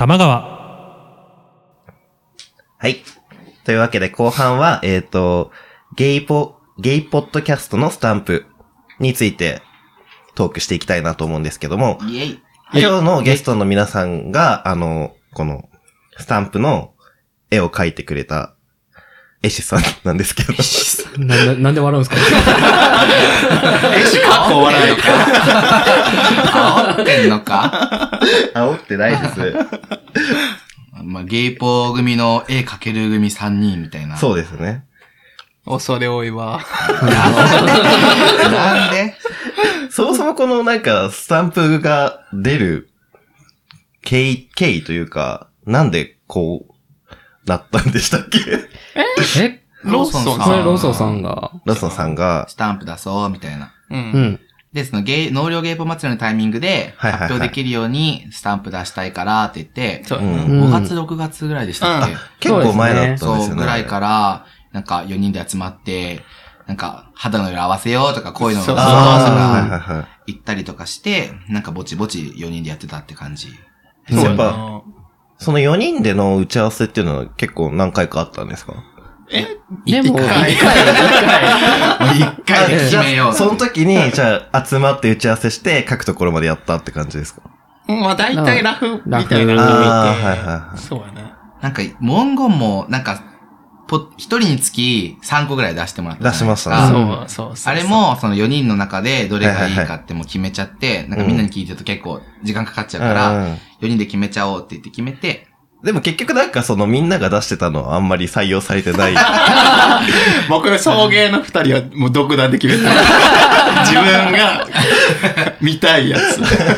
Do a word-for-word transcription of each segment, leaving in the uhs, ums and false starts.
玉川。 はい。というわけで後半は、えっと、ゲイポ、ゲイポッドキャストのスタンプについてトークしていきたいなと思うんですけども、 イエイ。 今日のゲストの皆さんが、あの、このスタンプの絵を描いてくれた絵師さんなんですけど。 な、な、なんで笑うんですか絵師かっこ笑いのか煽ってんのか煽ってないです。 まあ、ゲイポー組の絵描ける組さんにんみたいな。 そうですね。 恐れ多いわ。 なんでそもそもこのなんかスタンプが出る経緯、経緯というか、なんでこうなったんでしたっけ？ えローソンさん。 これローソンさんが。 ローソンさんが。 スタンプ出そう、みたいな。 う。 うんん。 で、そのゲイ、納涼ゲイポ祭りのタイミングで、 はいはいはい発表できるようにスタンプ出したいからって言って、 そう。 うんうんごがつ、ろくがつぐらいでしたっけ、 結構前だったんですよね。 そう、ぐらいから、なんかよにんで集まって、なんか肌の色合わせようとか、こういうのをそうそうあーはいはいはい。 言ったりとかして、なんかぼちぼちよにんでやってたって感じ。 そうやっぱ、そのよにんでの打ち合わせっていうのは結構何回かあったんですか？ えでも、一回、一もう一回で決めよう。 その時に、じゃあ集まって打ち合わせして書くところまでやったって感じですか？ まあ大体ラフみたいなのあー見て。 はいはいはいそうやね。 なんか、文言も、なんか、ぽ、一人につきさんこぐらい出してもらったじゃないですか。 出しましたねそうそうそう。 あれも、そのよにんの中でどれがいいかってもう決めちゃって、なんかみんなに聞いてると結構時間かかっちゃうから、 うんよにんで決めちゃおうって言って決めて、 でも結局なんかそのみんなが出してたのはあんまり採用されてない。 僕の送迎の二人はもう独断で決めた。自分が見たいやつ。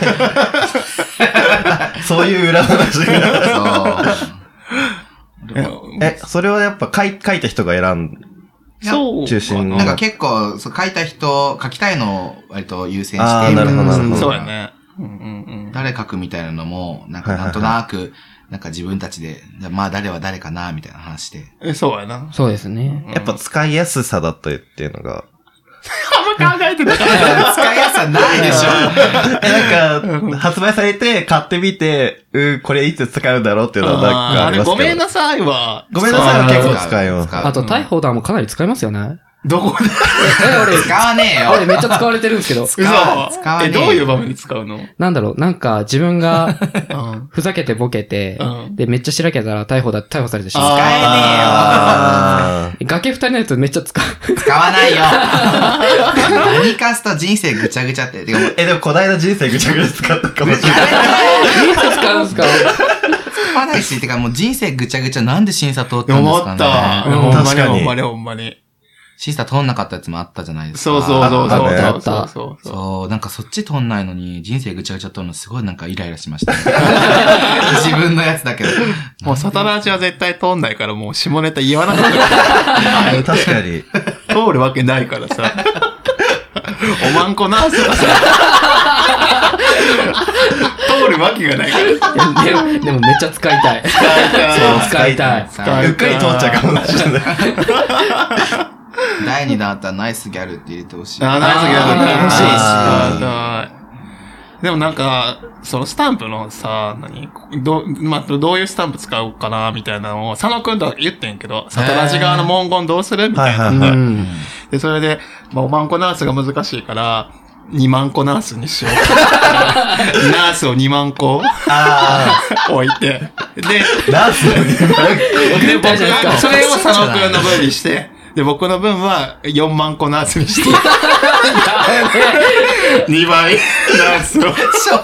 そういう裏話が。 そう。 え、それはやっぱ書い書いた人が選んそう。 中心なんか結構、そう書いた人、書きたいのを割と優先あーして、みたいなるほどなるほどそうやね。うんうんうん。 誰書くみたいなのも、なんかなんとなく、なんか自分たちで、じゃあまあ誰は誰かな、みたいな話で。 えそうやな。 そうですね。 やっぱ使いやすさだったっていうのが。 あんま考えてなかった。 使いやすさないでしょ。 え、なんか、発売されて買ってみて、うん、これいつ使うんだろうっていうのはなんかああれ、 りますけど。 ごめんなさいは。 ごめんなさいは結構使います。 使うあと、タイホーダーもかなり使いますよね。 どこでえ、俺、 使わねえよ。 俺めっちゃ使われてるんですけど。 嘘使わねええ、どういう場面で使うのなんだろう、なんか自分がうん。 ふざけてボケて、 うんで、めっちゃしらけたら逮捕だ、逮捕されてしまう。 ああ崖二人のやつめっちゃ使う。 使わないよ。何かすと人生ぐちゃぐちゃって。てかもうーえ、でもこないだ人生ぐちゃぐちゃ使ったかもしれない。 いつ使うんですか？ 使わないし、てかもう人生ぐちゃぐちゃなんで審査通ったんです思かね。 った。 うんほんま確かににほんまにほんまに。 審査通んなかったやつもあったじゃないですか。 そうそうそうそう。 あったねそうそうそう。 そう、なんかそっち通んないのに人生ぐちゃぐちゃ通るのすごいなんかイライラしました、ね。自分のやつだけど。 もうサタラジは絶対通んないからもう下ネタ言わなかった。 確かに。 通るわけないからさ。おまんこナースがさ。通るわけがないから。 でも、でもめっちゃ使いたい。 そう使いたい。 さあうっかり通っちゃうかもしれない。 だいにだんあったらナイスギャルって入れてほしい。 あー、ナイスギャルあー欲しいあでもなんか、そのスタンプのさ、何ど、まあ、どういうスタンプ使おうかな、みたいなのを、佐野くんとは言ってんけど、サタラジ側の文言どうするみたいな。 はいはいはい。 うん。 で、それで、まあ、おまんこナースが難しいから、にまんこナースにしよう。ナースをにまんこあ置いて。で、 あ、ナースのにで、僕じゃないですかそれを佐野くんの分にして、で、僕の分はよんまんこナースにして、にばいナースを。ひゃく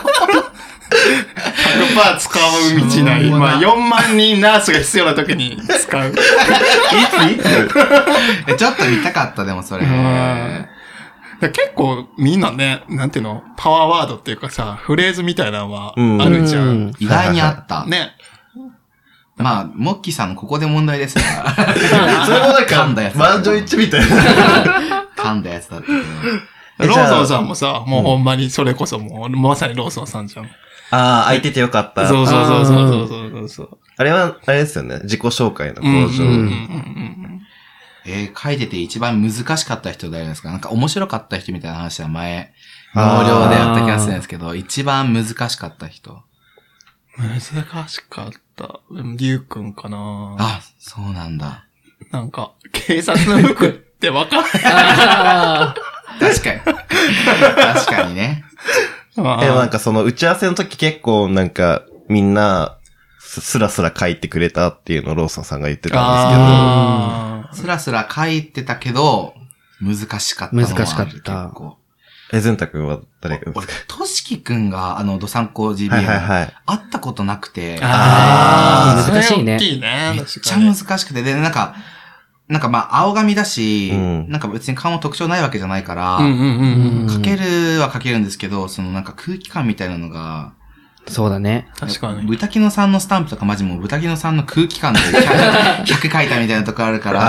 パーセント 使う道ない。まあ、よんまんにんナースが必要な時に使う。 いついつえちょっと見たかった、でもそれ。 結構みんなね、なんていうの、パワーワードっていうかさ、フレーズみたいなのはうんあるじゃ。 うんん意外にあった。 ね。 まあ、モッキーさんのここで問題ですね。 それもなん噛んだやつか、満場一致みたいな。 噛んだやつだったけど。 えじゃあローソンさんもさ、もうほんまにそれこそもう、まさにローソンさんじゃん。 ああ、空いててよかった。 そうそうそうそうそうそうそう。 あれは、あれですよね。自己紹介のうんうん工場。 うんうんえー、書いてて一番難しかった人誰ですか？なんか面白かった人みたいな話は前、 あー納涼でやった気がするんですけど、一番難しかった人。 難しかった。でも、りゅうくんかな。 あ、そうなんだ。 なんか、警察の服ってわかんない。 あ確かに。確かにね。 え、なんかその打ち合わせの時結構なんかみんなすスラスラ書いてくれたっていうのをローソンさんが言ってたんあスラスラ書いてたけど、難しかったのはある。 難しかった結構。 ですけど。え、ずんたくんは誰か俺、としきくんが、あの、ドサンコ ジービーはいはいはい。 会ったことなくて、 あー難しいね大きいね。 めっちゃ難しくて、で、なんか、なんかまあ、青髪だし、 うんなんか別に顔も特徴ないわけじゃないから、 うんうんうんうん。 かけるはかけるんですけど、そのなんか空気感みたいなのが、 そうだね。 確かに。 豚キノさんのスタンプとかマジもう豚キノさんの空気感で ひゃく, ひゃく書いたみたいなとこあるから、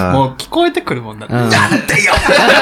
あもう聞こえてくるもんだって。 うん。 なんでよ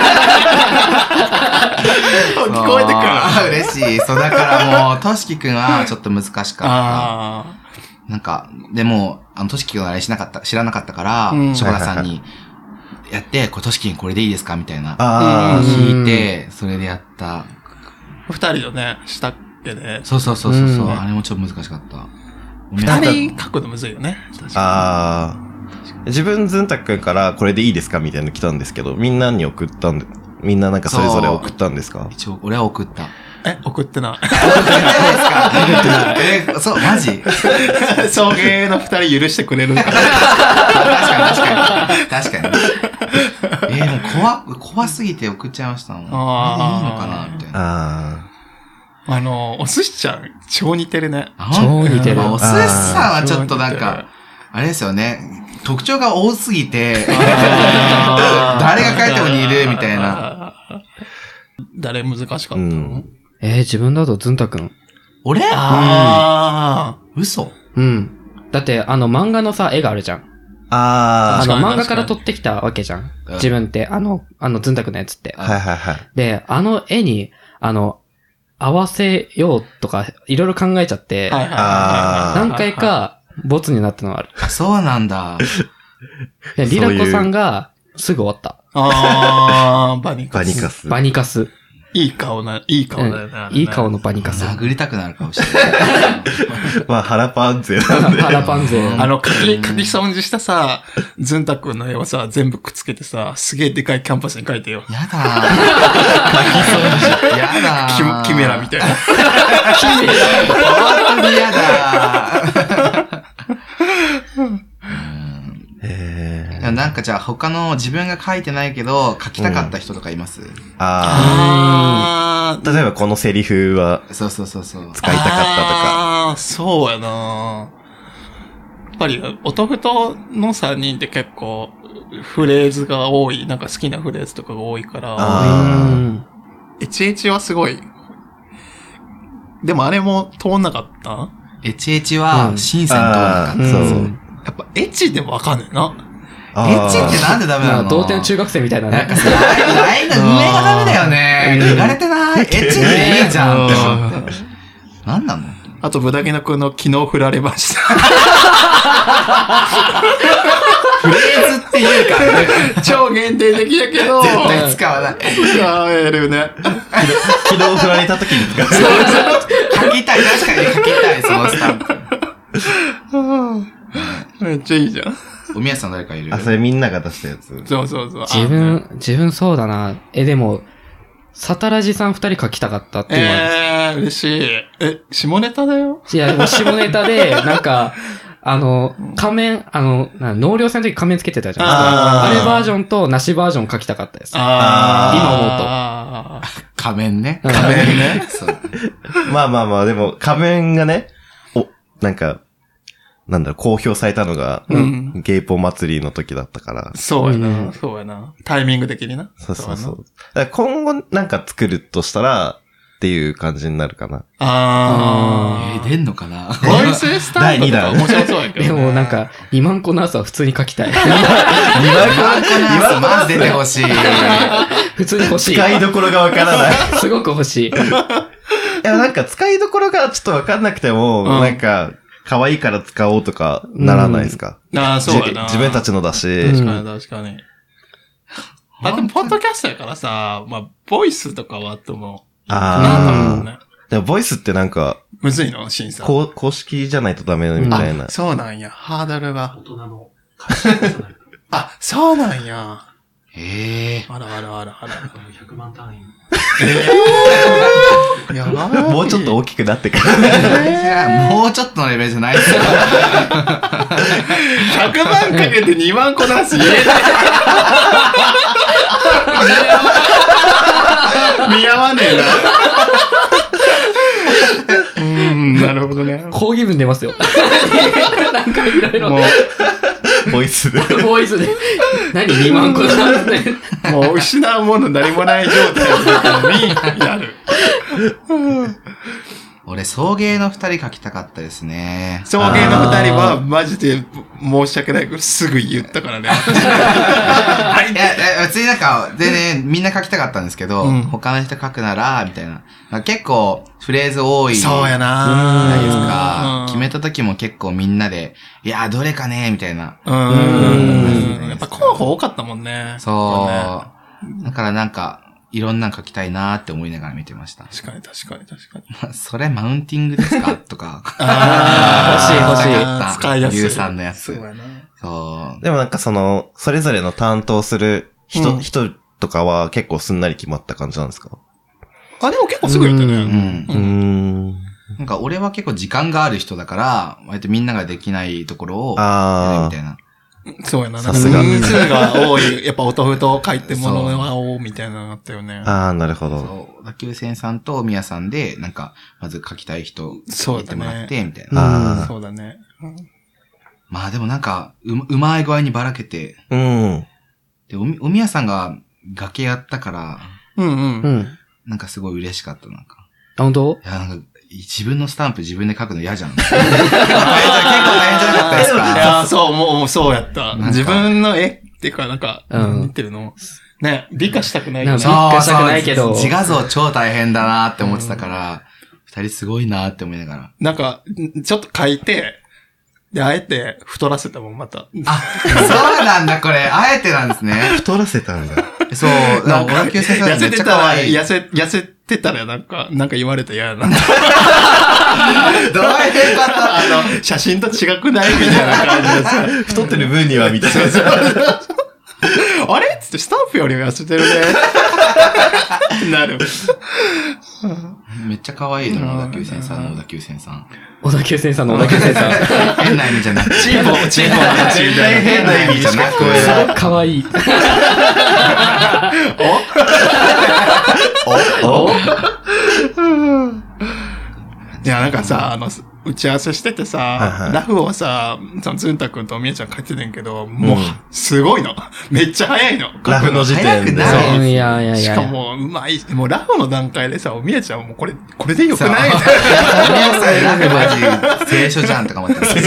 聞こえてくる。 あー嬉しい。そうだからもう、としきくんはちょっと難しかった。 あなんか、でも、あの、としきくんはあれしなかった、知らなかったから、 うんショコラさんに、やって、これとしきくんこれでいいですかみたいな。 あ。ああ。 聞いて、それでやった。 あ。二人のね、したっけね。 そうそうそうそうそう、 うんあれもちょっと難しかった。 二人書くのむずいよね。確かああ。自分ずんたくんからこれでいいですかみたいなの来たんですけど、みんなに送ったんで、みんななんかそれぞれ送ったんですか？ 一応、俺は送った。 に。え、送ってない。 送ってないですかえ、そう、マジ送迎の二人許してくれるから。 確かに確かに。確かに。えー、もう怖、怖すぎて送っちゃいましたもん。 あーいいのかなみたいな。 ああの、お寿司ちゃん、超似てるね。 あ超似てるまあお寿司さんはちょっとなん超似てか、あれですよね。特徴が多すぎて、 あー誰が書いても似るみたいな。 あー。誰難しかったうのんえー、自分だとずんたくん。 俺あ嘘うん。だって、あの漫画のさ、絵があるじゃん。 あ。ああの確かに漫画から撮ってきたわけじゃん。 うん自分って、あの、あのずんたくんのやつって。 あ。はいはいはい。 で、あの絵に、あの、合わせようとか、いろいろ考えちゃって、 あ。はいはいはいあーはい。 何回か、ボツになったのがある。 あ、そうなんだ。 で、リラコさんが、すぐ終わった。 あー、バニカス。 バニカス。 バニカス。 いい顔な、いい顔だよね。あれねいい顔のバニカス。 殴りたくなるかもしれない。 まあ、腹パン勢なんで。 腹パン勢。 うんあの、書き、書き損じしたさ、ズンタ君の絵をさ、全部くっつけてさ、すげえでかいキャンパスに書いてよ。 やだー。やだー。 キキメラみたいな。 本当にやだー。 へーなんかじゃあ他の自分が書いてないけど書きたかった人とかいます、 ああー。 あ。例えばこのセリフはそうそうそうそう。 使いたかったとか。 あー、そうやなやっぱり、おとふとのさんにんって結構、フレーズが多い、なんか好きなフレーズとかが多いから、 あうんエチエチはすごい。でもあれも通んなかったエチエチは審査に通らなかった。 うんそうそうやっぱエチでもわかんねえな。 あーエチってなんでダメなまあ、 の童貞の中学生みたいなね。 ラインの上がダメだよね。言われてない。エチっていいじゃんって思って。なんなのあと、ブダゲノ君の昨日振られました。 フレーズっていうか、 超限定的やけど、 絶対使わない。 使えるね。 昨日振られた時に使う。 書きたい。確かに書きたい、そのスタンプ。 めっちゃいいじゃん。 おみやさん誰かいるあ、それみんなが出したやつ。 そうそうそう。 自分、自分そうだな。え、でも、サタラジさん二人書きたかったっていうのは、 えー、嬉しい。え、下ネタだよ。 いや、でも下ネタで、なんか、あの、仮面、あの、な納涼船の時仮面つけてたじゃないですか。 あーあれバージョンとなしバージョン書きたかったです。 あー仮面ね。 うん仮面ね。そう。 まあまあまあ、でも仮面がね、お、なんか、なんだろう、公表されたのが、 うんゲイポ祭りの時だったから。 そうやうな、そうやな。タイミング的にな。 そうそうそやう。だから今後なんか作るとしたら、っていう感じになるかな。 な。あえー、出んのかなー。ボイススタンプとか面白そうやけど、ね。 でもなんか、にまんこの朝は普通に書きたい。 にまんこのやつマジ出てほしい。 普通に欲しい。 使いどころがわからない。 すごく欲しい。 いや、なんか使いどころがちょっとわかんなくても、 うんなんか、可愛いから使おうとかならないですか、 ああ、そうやな。 じ自分たちのだし、 うん確かに確かに。あ、でも、ポッドキャストやからさ、まあ、ボイスとかはあっても、なんだろうね。 でもボイスってなんか、 むずいの審査。 公公式じゃないとダメみたいな。 そうなんや。ハードルが。 大人の歌詞を重ねる。 あ、そうなんや。 へえ。 あらあらあらあら。 ひゃくまん単位。 やばい。 もうちょっと大きくなってから。 もうちょっとのレベルじゃないですよ。 ひゃくまんかけてにまんこなす言えない。見合わねえな。うーん、なるほどね。 講義文出ますよ。なんかいろいろ。 もボイスで。 ボイスで。何にまんこなんですね。 う、もう失うもの何もない状態にやる。 俺、送迎の二人書きたかったですね。 送迎の二人はマジで申し訳ないけどすぐ言ったからね。 いや、いや別になんか、全然みんな書きたかったんですけど、 うん他の人書くなら、みたいな。結構、フレーズ多い。 そうやじゃないですなか。 うん決めた時も結構みんなで、いや、どれかねみたいな。 うーん。やっぱ候補多かったもんね。 そう。 ねだからなんか、いろんなの書きたいなって思いながら見てました。 確かに確かに確かに。 それマウンティングですかとか。 あー欲しい欲しいあった使いやすい。 ゆうさんのやつ。 そうやな。 そう。 でもなんかその、それぞれの担当する人、 うん人とかは結構すんなり決まった感じなんですか？ あ、でも結構すぐ言ったうね。 ん。 うーん。 なんか俺は結構時間がある人だから、割とみんなができないところを、やるあみたいな。 そうやな。 さすが人数が多い。やっぱ音ふと書いてものが多いみたいなのがあったよね。 あ。ああ、なるほど。 そう。打球線さんと宮さんで、なんか、まず書きたい人、 そうだね言ってもらって、みたいな。 あーそうだね。 まあでもなんか、う、うまい具合にばらけて、 うん。 で、おみ、お宮さんが崖やったから、 うんうん。 うん。 なんかすごい嬉しかった、なんか。 あ、本当？ いや、なんか、自分のスタンプ自分で書くの嫌じゃん。結構大変じゃなかったですいかや、そう、もう、もうそうやった。 なんか自分の絵っていうか、なんか、 うん似てるの。ね、美化したくないよね。 なんか美化したくないけどそうそう自画像超大変だなって思ってたから、二人すごいなって思いながら。 なんか、ちょっと書いて、で、あえて太らせたもん、また。 あ、そうなんだ、これ。あえてなんですね。 太らせたんだ。 そう、なんか、小田急先生めっちゃ痩せてたら、 可愛い。 痩せ、痩せてたらなんか、なんか言われたら嫌やな。 どういうことあの、写真と違くないみたいな感じでさ。 太ってる分にはみたいな。 あれつって、スタンプよりは痩せてるね。なる。 めっちゃ可愛いの、小田急線さんの小田急線さん。 小田急線さんの小田急線さん。 変な意味じゃなくて。 チーボー、チーボーのチー絶対変な意味じゃなくて。 すごくかわいい。 おおいや、なんかさ、あの、打ち合わせしててさ、 はいはいラフをさ、そのズンタ君とみやちゃん書いてたんやけど、もう、 うんすごいの。めっちゃ早いの。 ラフの時点で。 早くないうん、いやいやいや。 しかも、うまい。もうラフの段階でさ、みやちゃんはもうこれ、これでよくないみたい皆さん、ラフマジ、聖書じゃんとか思ってます。 な。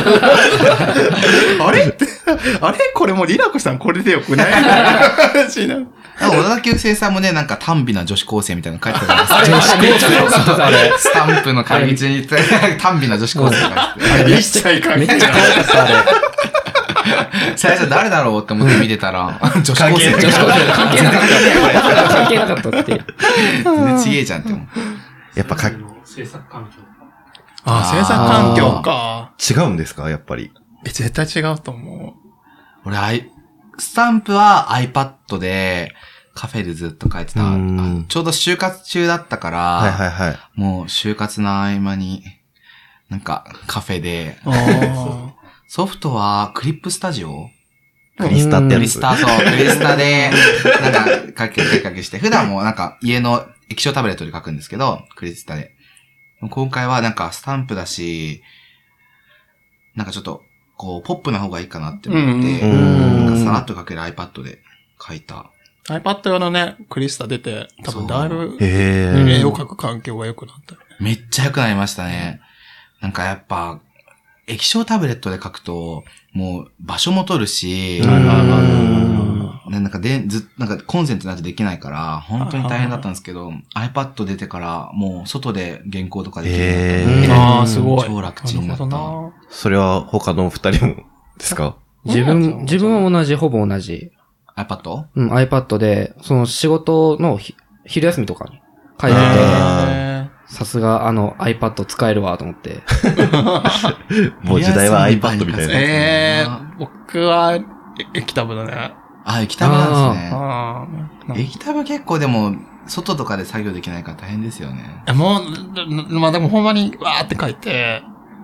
あれって、あれこれもうリラコさんこれでよくないみたいな話になる。 小田急線さんもね、なんか、短美な女子高生みたいなの書いてたじゃないですか。 女子高生よかったあれ。 スタンプの会議中に、短美な女子高生が書いてて。 一切関め係ない。 っちゃ可愛かった、あれ。 最初誰だろうって思って見てたら、女子高生。 女子高生関係なかった。関係なかったっていう。 全然ちげえじゃんって思う。 やっぱか、違制作環境。 あ、制作環境か。 うんですかやっぱり。 え、絶対違うと思俺、アイ、スタンプは iPad で、カフェでずっと書いてた。あうんちょうど就活中だったから、 はいはいはい。 もう就活の合間に、なんかカフェで、 う。あソフトはクリップスタジオクリスタってやつ。 クリスタ、そう、クリスタで、なんか、書き書きして、普段もなんか家の液晶タブレットで書くんですけど、クリスタで。今回はなんかスタンプだし、なんかちょっと、こう、ポップな方がいいかなって思って、 うんなんかさらっと書ける iPad で書いた。 あ。iPad 用のね、クリスタ出て、多分だいぶ、 へー。 絵を描く環境が良くなったよね。 めっちゃ良くなりましたね。なんかやっぱ、液晶タブレットで書くと、もう場所も取るし、 はいはいはいねなんかで、ず、なんかコンセントなんてできないから、本当に大変だったんですけど、iPad 出てから、もう外で原稿とかできるようになったんでへーああ、すごい。 超楽ちんだったなるほどな。 それは他の二人もですか？ 自分、自分は同じ、ほぼ同じ。 iPad? うん、iPad で、その仕事のひ昼休みとかに書いてて、 あさすが、あの、iPad 使えるわ、と思って。 もう時代は iPad みたいな。 えー、僕は、液タブだね。 あ、液タブなんですね。 ああ。 液タブ結構でも、外とかで作業できないから大変ですよね。 もう、まあでもほんまにわーって書いて、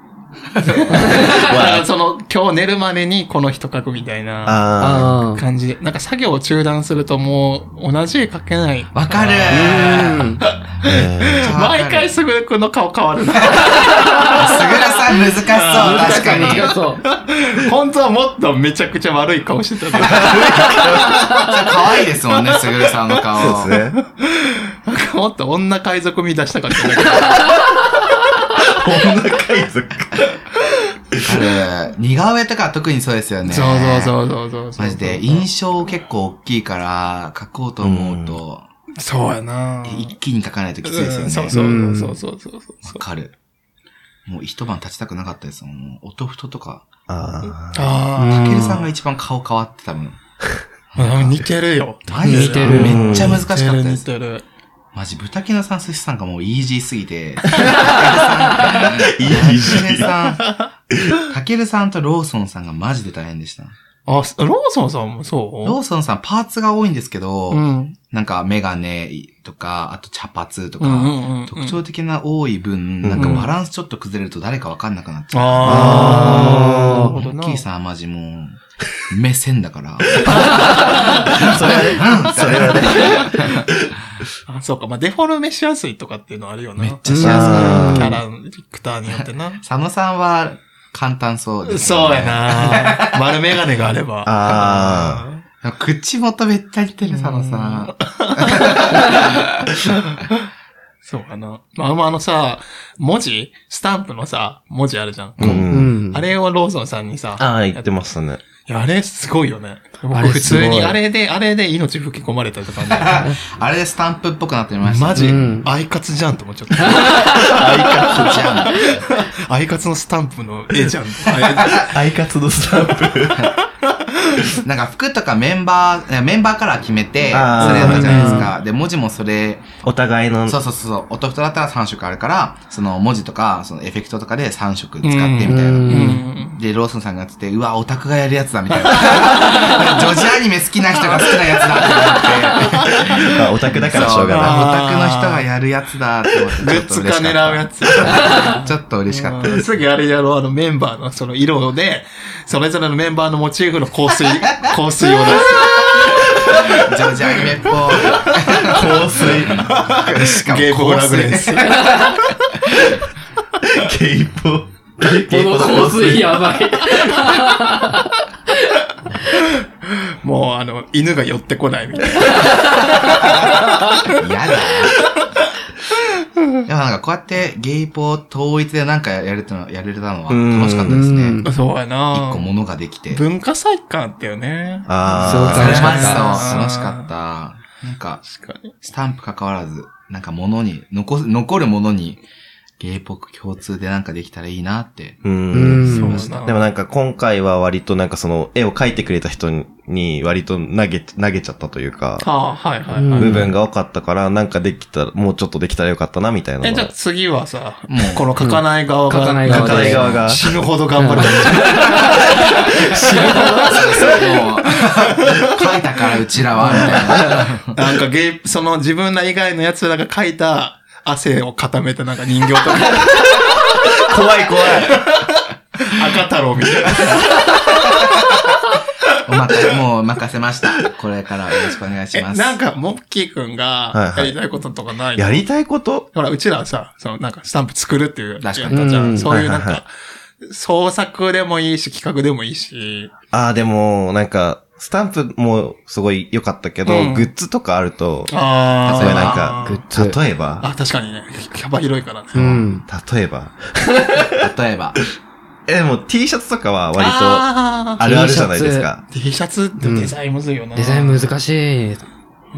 その、今日寝るまでにこの人書くみたいな感じで。なんか作業を中断するともう同じ絵描けない。 わかるー。 毎回すぐるくんの顔変わるな。 すぐるさん難しそう、確かに。 難しそう。 本当はもっとめちゃくちゃ悪い顔してた。 可愛いですもんね、すぐるさんの顔。 そうですね。 なんかもっと女海賊見出したかったんだけど。 女海賊。 あれ、似顔絵とか特にそうですよね。 そうそうそうそうそう。 マジで、印象結構大きいから、描こうと思うと、 うん、そうやな一気に描かないときついですよね。うん、 そうそうそうそうそうそう。 わかる。もう一晩立ちたくなかったですもん。音太とか。 ああ。たけるさんが一番顔変わってたもん。 似てるよ。 似てる。めっちゃ難しかったです。 似てる。 マジ、豚キノさん、寿司さんがもうイージーすぎて。 イージーさん、たけるさんとローソンさんがマジで大変でした。 あ、ローソンさんもそうローソンさんパーツが多いんですけど、 うん、 なんかメガネとか、あと茶髪とか、うんうんうん、特徴的な多い分、なんかバランスちょっと崩れると誰かわかんなくなっちゃう。 ああ、 なるほどな。キーさんはマジもう、目線だから。 それはね。それはね。 あ、そうか。まあ、デフォルメしやすいとかっていうのはあるよね。 めっちゃしやすい。 キャラクターによってな。 佐野さんは簡単そうですね。そうやな丸メガネがあれば。 ああ。口元めっちゃ似てる、佐野さん。 そうかな。まあ、あのさ、文字スタンプのさ、文字あるじゃん。 うん。 あれをローソンさんにさ。 ああ、言ってましたね。 いや、あれすごいよね。僕普通にあれで、あれで命吹き込まれたとかね。 あれでスタンプっぽくなってました。 マジ、うん、アイカツじゃんと思っちゃった。 アイカツじゃん。 アイカツのスタンプの絵じゃん。 アイカツのスタンプ。 なんか服とかメンバー、メンバーカラー決めて、それやったじゃないですか。で、文字もそれ、 お互いの。 そうそうそう。音太だったらさん色あるから、その文字とか、そのエフェクトとかでさん色使ってみたいな。で、ローソンさんがやってて、うわ、オタクがやるやつだみたいな。ジョジアニメ好きな人が好きなやつだって思って。 オタクだからしょうがない。 オタクの人がやるやつだって思って。 グッズか狙うやつ。 ちょっと嬉しかったです。 次あれやろう、あのメンバーのその色で、それぞれのメンバーのモチーフの香水、香水を出す。ジョジアニメっぽい。 香水。 しかもゲイポラグレンス。 ゲイポ。 この香水やばい。 もうあの、犬が寄ってこないみたいな。 やだ。でもなんかこうやってゲイポ統一でなんかやれたの、やれたのは楽しかったですね。 そうやな一個物ができて。 文化祭感あったよね。 ああ、 そう楽しかった。 楽楽しかった。なんか、スタンプ関わらず、なんか物に、残す、残るものに、ゲイポ共通でなんかできたらいいなって。 うん。そうした。でもなんか今回は割となんかその絵を描いてくれた人に割と投げ、投げちゃったというか。 ああ、はいはいはい。 部分が多かったからなんかできたら、もうちょっとできたらよかったなみたいな。 え、じゃあ次はさ、もうこの書かない側が、 書かない側書かない側が死ぬほど頑張る。 死ぬほど書いたからうちらは、みたいな。 なんかゲイ、その自分ら以外のやつらが書いた、汗を固めたなんか人形とか。 怖い怖い。 赤太郎みたいな。 おまか、もう任せました。これからよろしくお願いします。 え、なんか、モッキーくんが、やりたいこととかないの、はいはい、 やりたいこと？ ほら、うちらはさ、そのなんかスタンプ作るっていう。 確かに。じゃん。そういうなんか、 はいはいはい、 創作でもいいし、企画でもいいし。 ああ、でも、なんか、スタンプもすごい良かったけど、うん、グッズとかあると、 ああ、 例えばなんか、グッズ。例えばあ、確かにね。幅広いからね。 うん。例えば例えば。 え、でも T シャツとかは割と、あるあるじゃないですか。 T シャツってデザインむずいよな。 うん、デザイン難しいよ。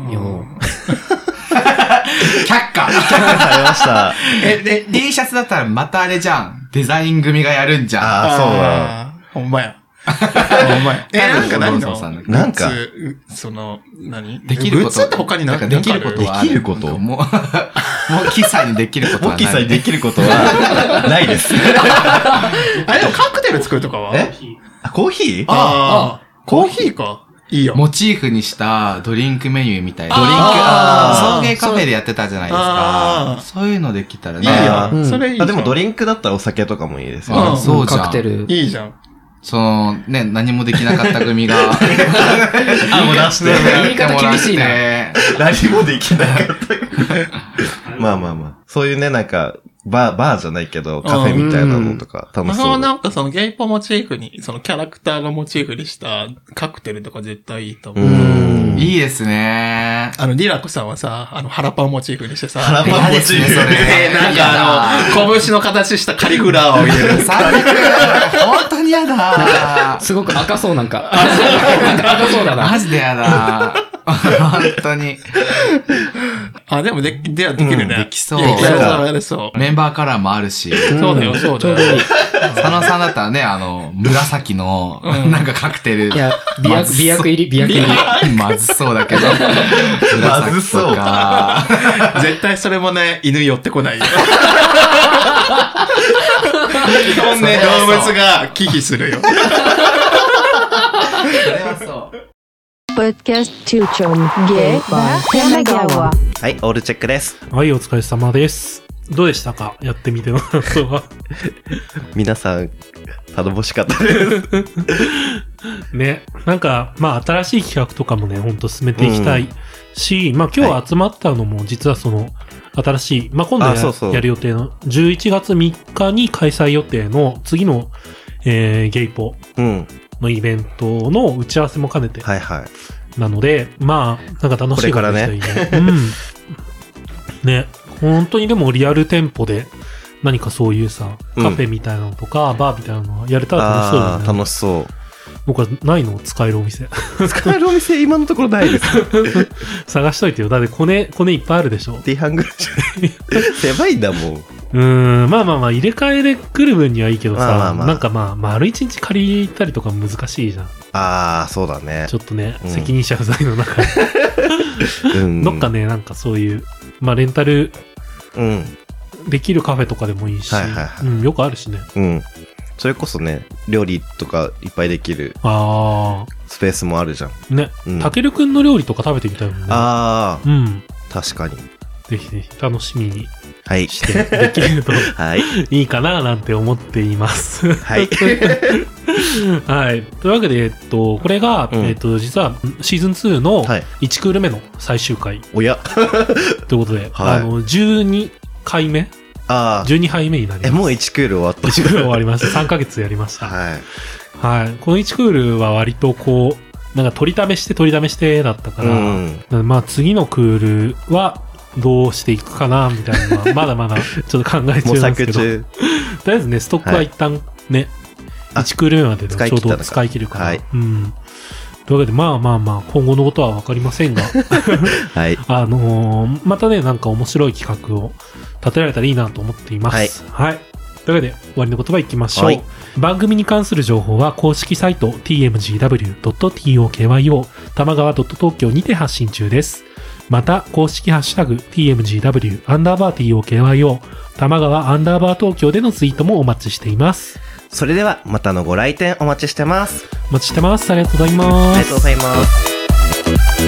却下却下されました。 え、で、T シャツだったらまたあれじゃん。デザイン組がやるんじゃん。 ああ、そうだ。 ほんまや。ほんまや。え、なんか何のなんか、 その、何できること。 グッズって他になんかできることはできることもうモッキーさんにできることはない。 モッキーさんにできることはないです。 あ、でもカクテル作るとかはえあコーヒーああ、コーヒーか。いいよ。 モチーフにしたドリンクメニューみたいな。 ドリンクあー送迎カフェでやってたじゃないですあか。そういうのできたらね。 いいよ。 うんそれいいじゃん。 あでもドリンクだったらお酒とかもいいですよあね。 そうじゃん。 カクテル。 いいじゃん。 その、ね、何もできなかった組が。 あ、もう出して。 言い方厳しいな何もできなかった。まあまあまあ。そういうね、なんか、バー、バーじゃないけど、カフェみたいなのとか楽しそそうう。 なんかそのゲイポモチーフに、そのキャラクターのモチーフにしたカクテルとか絶対いいと思う。 うんいいですね。 あの、リラコさんはさ、あの、腹パンモチーフにしてさ、 腹パンモチーフ。 嫌ですねそれでなんかあの、拳の形したカリフラワーを入れる。 最悪。本当に嫌だ。 すごく赤そうなんか。なんか赤そうだな。 マジで嫌だ。本当に。 あ、でもで、ではできるね。 うんできそういやできそう、やれそう。 メンバーカラーもあるし。 そうだよ、そうだよ。 佐野さんだったらね、あの、紫の、 うんなんかカクテル。 いや、美薬、美薬入り、美薬入り。 まずそうだけど。 まずそうか。 絶対それもね、犬寄ってこないよ。基本ね、動物が忌避するよ。 それはそう。 Podcast Tuchon Gay by Tamagawa. はい、オールチェックです。 はい、お疲れ様です。どうでしたか？やってみての感想は。 皆さん、頼もしかったです。 ね。なんか、まあ、新しい企画とかもね、ほんと進めていきたいし、まあ、今日集まったのも、実はその、新しい、まあ、今度やあそうそうやる予定の、じゅういちがつみっかに開催予定の、次の、えー、ゲイポうん。 のイベントの打ち合わせも兼ねて、 はいはい。 なので、まあ、なんか楽しいことできたらいいね。うん。ね。本当にでもリアル店舗で何かそういうさ、 うんカフェみたいなのとか、バーみたいなのやれたら楽しそうだよね。 ああ、楽しそう。 僕はないの使えるお店。 使えるお店今のところないです。 探しといてよ。だってコネ、コネいっぱいあるでしょ。 D 半ぐらいじゃ狭いんだもん。 うーん、まあまあまあ、入れ替えで来る分にはいいけどさ、 まあまあまあなんかまあ、丸一日借りたりとか難しいじゃん。 ああ、そうだね。 ちょっとね、 うん責任者不在の中で。 うん。 どっかね、なんかそういう、まあレンタルうん。 できるカフェとかでもいいし、 はいはいはいうん、よくあるしね。 うん。それこそね、料理とかいっぱいできるあスペースもあるじゃん。 ー、ね、 うんたけるくんの料理とか食べてみたいもんね。 あうん。 あ、確かに。 ぜひぜひ楽しみにはい。 してできるとはい。 いいかななんて思っています。 はい。 はい。というわけで、えっと、これが、 うんえっと、実はシーズンツーのはい。 いちクール目の最終回おや。 ということで、 はいあの、じゅうにかいめああ。 じゅうにはいめになります。 え、もういちクール終わった。 いちクール終わりました。さんかげつやりました。 はい。 はい。このいちクールは割とこう、なんか取りためして取りためしてだったから、 うん。 まあ次のクールはどうしていくかな、みたいなのは、まだまだちょっと考え中模なんですけど、 索中。 とりあえずね、ストックは一旦ね、 あいちクール目まででちょうど使い切ったのか使い切るから。 はいうん。というわけで、まあまあまあ、今後のことはわかりませんが、 はい。 あのーまたね、なんか面白い企画を立てられたらいいなと思っています。はい。というわけで、終わりの言葉いきましょう。 はい番組に関する情報は公式サイト ティーエムジーダブリュードットトキョ玉川 .tokyo にて発信中です。また、公式ハッシュタグ ティーエムジーダブリュー アンダーバー トキョ 玉川アンダーバー東京でのツイートもお待ちしています。 それでは、またのご来店お待ちしてます。 お待ちしてます。ありがとうございあますりがとう。ございます。